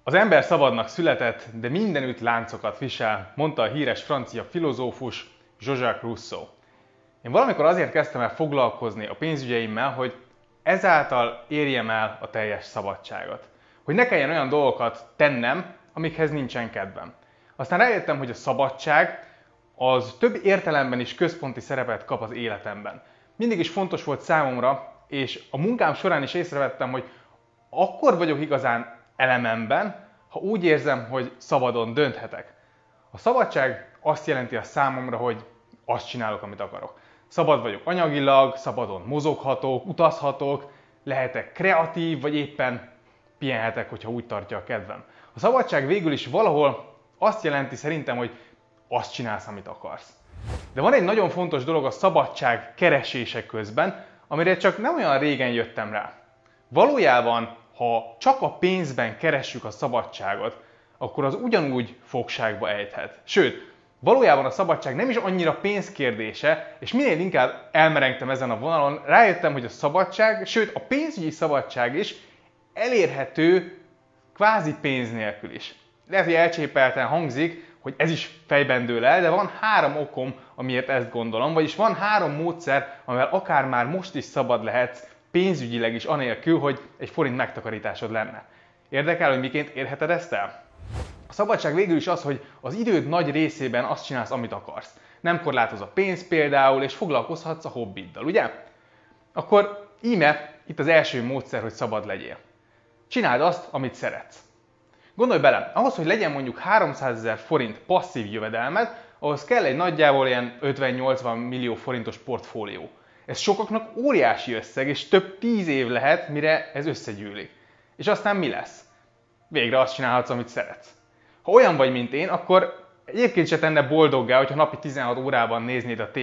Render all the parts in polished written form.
Az ember szabadnak született, de mindenütt láncokat visel, mondta a híres francia filozófus Jean-Jacques Rousseau. Én valamikor azért kezdtem el foglalkozni a pénzügyeimmel, hogy ezáltal érjem el a teljes szabadságot. Hogy ne kelljen olyan dolgokat tennem, amikhez nincsen kedvem. Aztán rájöttem, hogy a szabadság az több értelemben is központi szerepet kap az életemben. Mindig is fontos volt számomra, és a munkám során is észrevettem, hogy akkor vagyok igazán elememben, ha úgy érzem, hogy szabadon dönthetek. A szabadság azt jelenti a számomra, hogy azt csinálok, amit akarok. Szabad vagyok anyagilag, szabadon mozoghatok, utazhatok, lehetek kreatív, vagy éppen pihenhetek, hogyha úgy tartja a kedvem. A szabadság végül is valahol azt jelenti szerintem, hogy azt csinálsz, amit akarsz. De van egy nagyon fontos dolog a szabadság keresése közben, amire csak nem olyan régen jöttem rá. Valójában, ha csak a pénzben keressük a szabadságot, akkor az ugyanúgy fogságba ejthet. Sőt, valójában a szabadság nem is annyira pénzkérdése, és minél inkább elmerengtem ezen a vonalon, rájöttem, hogy a szabadság, sőt a pénzügyi szabadság is elérhető kvázi pénz nélkül is. Lehet, hogy elcsépelten hangzik, hogy ez is fejben dől el, de van 3 okom, amiért ezt gondolom, vagyis van 3 módszer, amivel akár már most is szabad lehetsz, pénzügyileg is anélkül, hogy egy forint megtakarításod lenne. Érdekel, hogy miként érheted ezt el? A szabadság végül is az, hogy az időd nagy részében azt csinálsz, amit akarsz. Nem korlátoz a pénz például, és foglalkozhatsz a hobbiddal, ugye? Akkor íme itt az első módszer, hogy szabad legyél. Csináld azt, amit szeretsz. Gondolj bele, ahhoz, hogy legyen mondjuk 300 000 forint passzív jövedelmed, ahhoz kell egy nagyjából ilyen 50-80 millió forintos portfólió. Ez sokaknak óriási összeg, és több 10 év lehet, mire ez összegyűlik. És aztán mi lesz? Végre azt csinálhatsz, amit szeretsz. Ha olyan vagy, mint én, akkor egyébként se tenne boldoggá, hogyha napi 16 órában néznéd a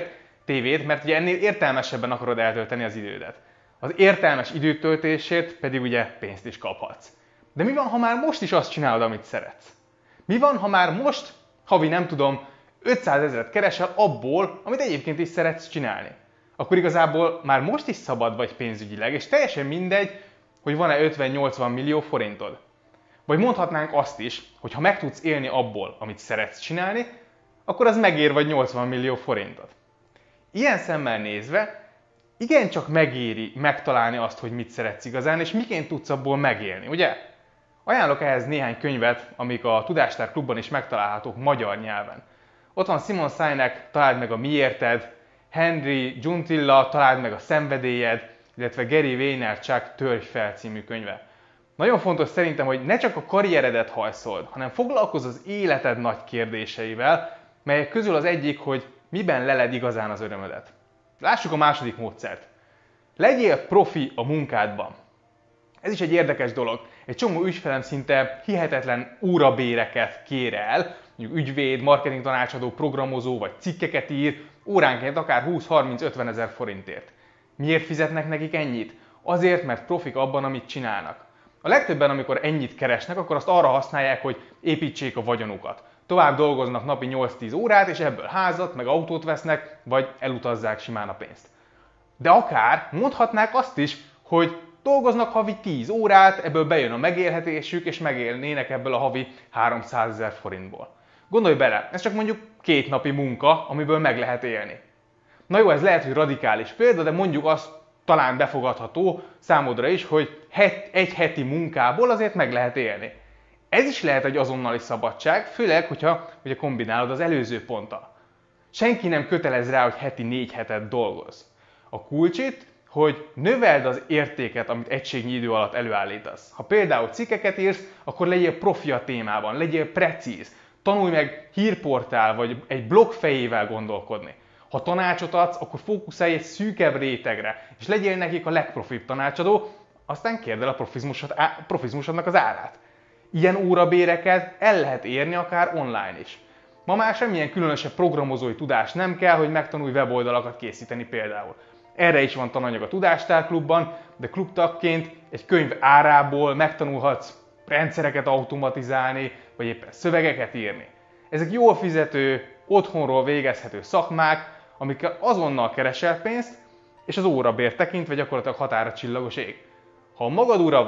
tévét, mert ugye ennél értelmesebben akarod eltölteni az idődet. Az értelmes időtöltésért pedig ugye pénzt is kaphatsz. De mi van, ha már most is azt csinálod, amit szeretsz? Mi van, ha már most, havi nem tudom, 500 000 keresel abból, amit egyébként is szeretsz csinálni? Akkor igazából már most is szabad vagy pénzügyileg, és teljesen mindegy, hogy van-e 50-80 millió forintod. Vagy mondhatnánk azt is, hogy ha meg tudsz élni abból, amit szeretsz csinálni, akkor az megér vagy 80 millió forintot. Ilyen szemmel nézve, igencsak megéri megtalálni azt, hogy mit szeretsz igazán, és miként tudsz abból megélni, ugye? Ajánlok ehhez néhány könyvet, amik a Tudástár Klubban is megtalálhatók magyar nyelven. Ott van Simon Sinek, Találd meg a miérted, Henry Giuntilla, Találd meg a szenvedélyed, illetve Gary Vaynerchuk Törj fel című könyve. Nagyon fontos szerintem, hogy ne csak a karrieredet hajszold, hanem foglalkozz az életed nagy kérdéseivel, melyek közül az egyik, hogy miben leled igazán az örömödet. Lássuk a második módszert. Legyél profi a munkádban. Ez is egy érdekes dolog. Egy csomó ügyfelem szinte hihetetlen órabéreket kér el, mondjuk ügyvéd, marketing tanácsadó, programozó vagy cikkeket ír, óránként akár 20-30-50 000 forintért. Miért fizetnek nekik ennyit? Azért, mert profik abban, amit csinálnak. A legtöbben, amikor ennyit keresnek, akkor azt arra használják, hogy építsék a vagyonukat. Tovább dolgoznak napi 8-10 órát, és ebből házat, meg autót vesznek, vagy elutazzák simán a pénzt. De akár mondhatnák azt is, hogy dolgoznak havi 10 órát, ebből bejön a megélhetésük, és megélnének ebből a havi 300 000 forintból. Gondolj bele, ez csak mondjuk 2 napi munka, amiből meg lehet élni. Na jó, ez lehet, hogy radikális példa, de mondjuk azt talán befogadható számodra is, hogy egy heti munkából azért meg lehet élni. Ez is lehet egy azonnali szabadság, főleg, hogyha ugye kombinálod az előző ponttal. Senki nem kötelez rá, hogy heti 4 hetet dolgozz. A kulcs itt, hogy növeld az értéket, amit egységnyi idő alatt előállítasz. Ha például cikkeket írsz, akkor legyél profi a témában, legyél precíz. Tanulj meg hírportál vagy egy blog fejével gondolkodni. Ha tanácsot adsz, akkor fókuszálj egy szűkebb rétegre, és legyél nekik a legprofibb tanácsadó, aztán kérd el a profizmusodnak az árát. Ilyen órabéreket el lehet érni akár online is. Ma már semmilyen különösebb programozói tudás nem kell, hogy megtanulj weboldalakat készíteni például. Erre is van tananyag a Tudástár Klubban, de klubtagként egy könyv árából megtanulhatsz rendszereket automatizálni, vagy éppen szövegeket írni. Ezek jól fizető, otthonról végezhető szakmák, amikkel azonnal keresel pénzt, és az órabért tekintve gyakorlatilag határa csillagos ég. Ha magad ura vagy,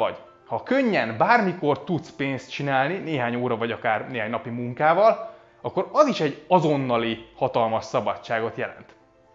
Ha könnyen, bármikor tudsz pénzt csinálni, néhány óra vagy akár néhány napi munkával, akkor az is egy azonnali, hatalmas szabadságot jelent.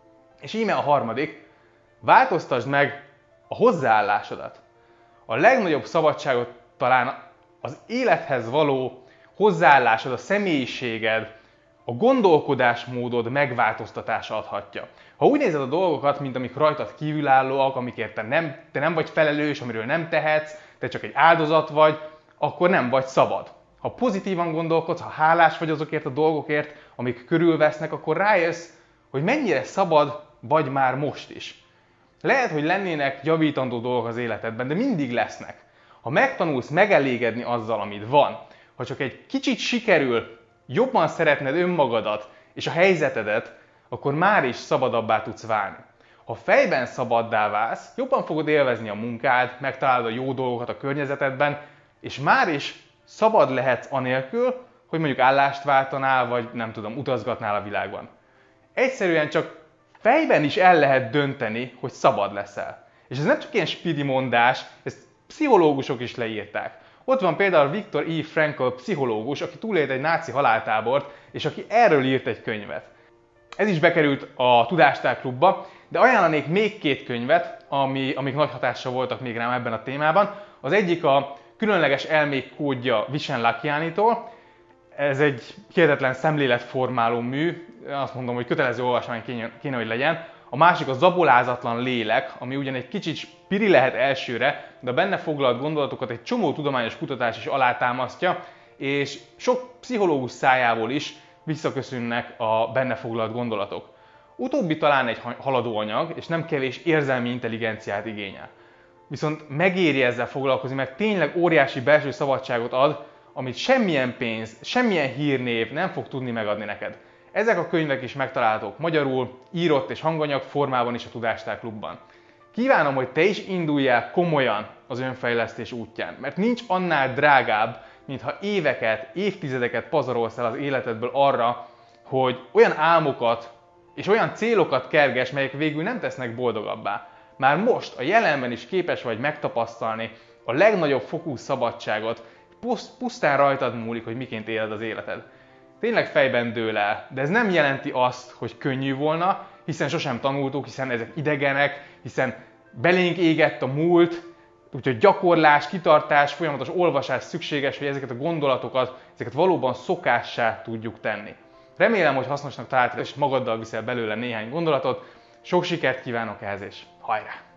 És íme a harmadik, változtasd meg a hozzáállásodat. A legnagyobb szabadságot talán az élethez való hozzáállásod, a személyiséged, a gondolkodásmódod megváltoztatása adhatja. Ha úgy nézed a dolgokat, mint amik rajtad kívülállóak, amikért te nem vagy felelős, amiről nem tehetsz, te csak egy áldozat vagy, akkor nem vagy szabad. Ha pozitívan gondolkodsz, ha hálás vagy azokért a dolgokért, amik körülvesznek, akkor rájössz, hogy mennyire szabad vagy már most is. Lehet, hogy lennének javítandó dolgok az életedben, de mindig lesznek. Ha megtanulsz megelégedni azzal, amit van, ha csak egy kicsit sikerül jobban szeretned önmagadat és a helyzetedet, akkor már is szabadabbá tudsz válni. Ha fejben szabaddá válsz, jobban fogod élvezni a munkád, megtalálod a jó dolgokat a környezetedben, és már is szabad lehetsz anélkül, hogy mondjuk állást váltanál, vagy nem tudom, utazgatnál a világban. Egyszerűen csak fejben is el lehet dönteni, hogy szabad leszel. És ez nem csak ilyen spidi mondás, ezt pszichológusok is leírták. Ott van például Viktor E. Frankl pszichológus, aki túlélt egy náci haláltábort, és aki erről írt egy könyvet. Ez is bekerült a Tudástár Klubba, de ajánlanék még két könyvet, amik nagy hatással voltak még rám ebben a témában. Az egyik a Különleges elmék kódja Vishen Lakhiani-tól. Ez egy hihetetlen szemléletformáló mű, azt mondom, hogy kötelező olvasmány kéne, hogy legyen. A másik a Zabolázatlan lélek, ami ugyan egy kicsit spiri lehet elsőre, de a benne foglalt gondolatokat egy csomó tudományos kutatás is alátámasztja, és sok pszichológus szájából is visszaköszönnek a benne foglalt gondolatok. Utóbbi talán egy haladó anyag, és nem kevés érzelmi intelligenciát igényel. Viszont megéri ezzel foglalkozni, mert tényleg óriási belső szabadságot ad, amit semmilyen pénz, semmilyen hírnév nem fog tudni megadni neked. Ezek a könyvek is megtalálhatók magyarul, írott és hanganyag formában is a Tudástár Klubban. Kívánom, hogy te is induljál komolyan az önfejlesztés útján, mert nincs annál drágább, mintha éveket, évtizedeket pazarolsz el az életedből arra, hogy olyan álmokat és olyan célokat kerges, melyek végül nem tesznek boldogabbá. Már most, a jelenben is képes vagy megtapasztalni a legnagyobb fokú szabadságot, pusztán rajtad múlik, hogy miként éled az életed. Tényleg fejben dől el, de ez nem jelenti azt, hogy könnyű volna, hiszen sosem tanultuk, hiszen ezek idegenek, hiszen belénk égett a múlt, úgyhogy gyakorlás, kitartás, folyamatos olvasás szükséges, hogy ezeket a gondolatokat, ezeket valóban szokássá tudjuk tenni. Remélem, hogy hasznosnak találtad, és magaddal viszel belőle néhány gondolatot. Sok sikert kívánok ehhez, és hajrá!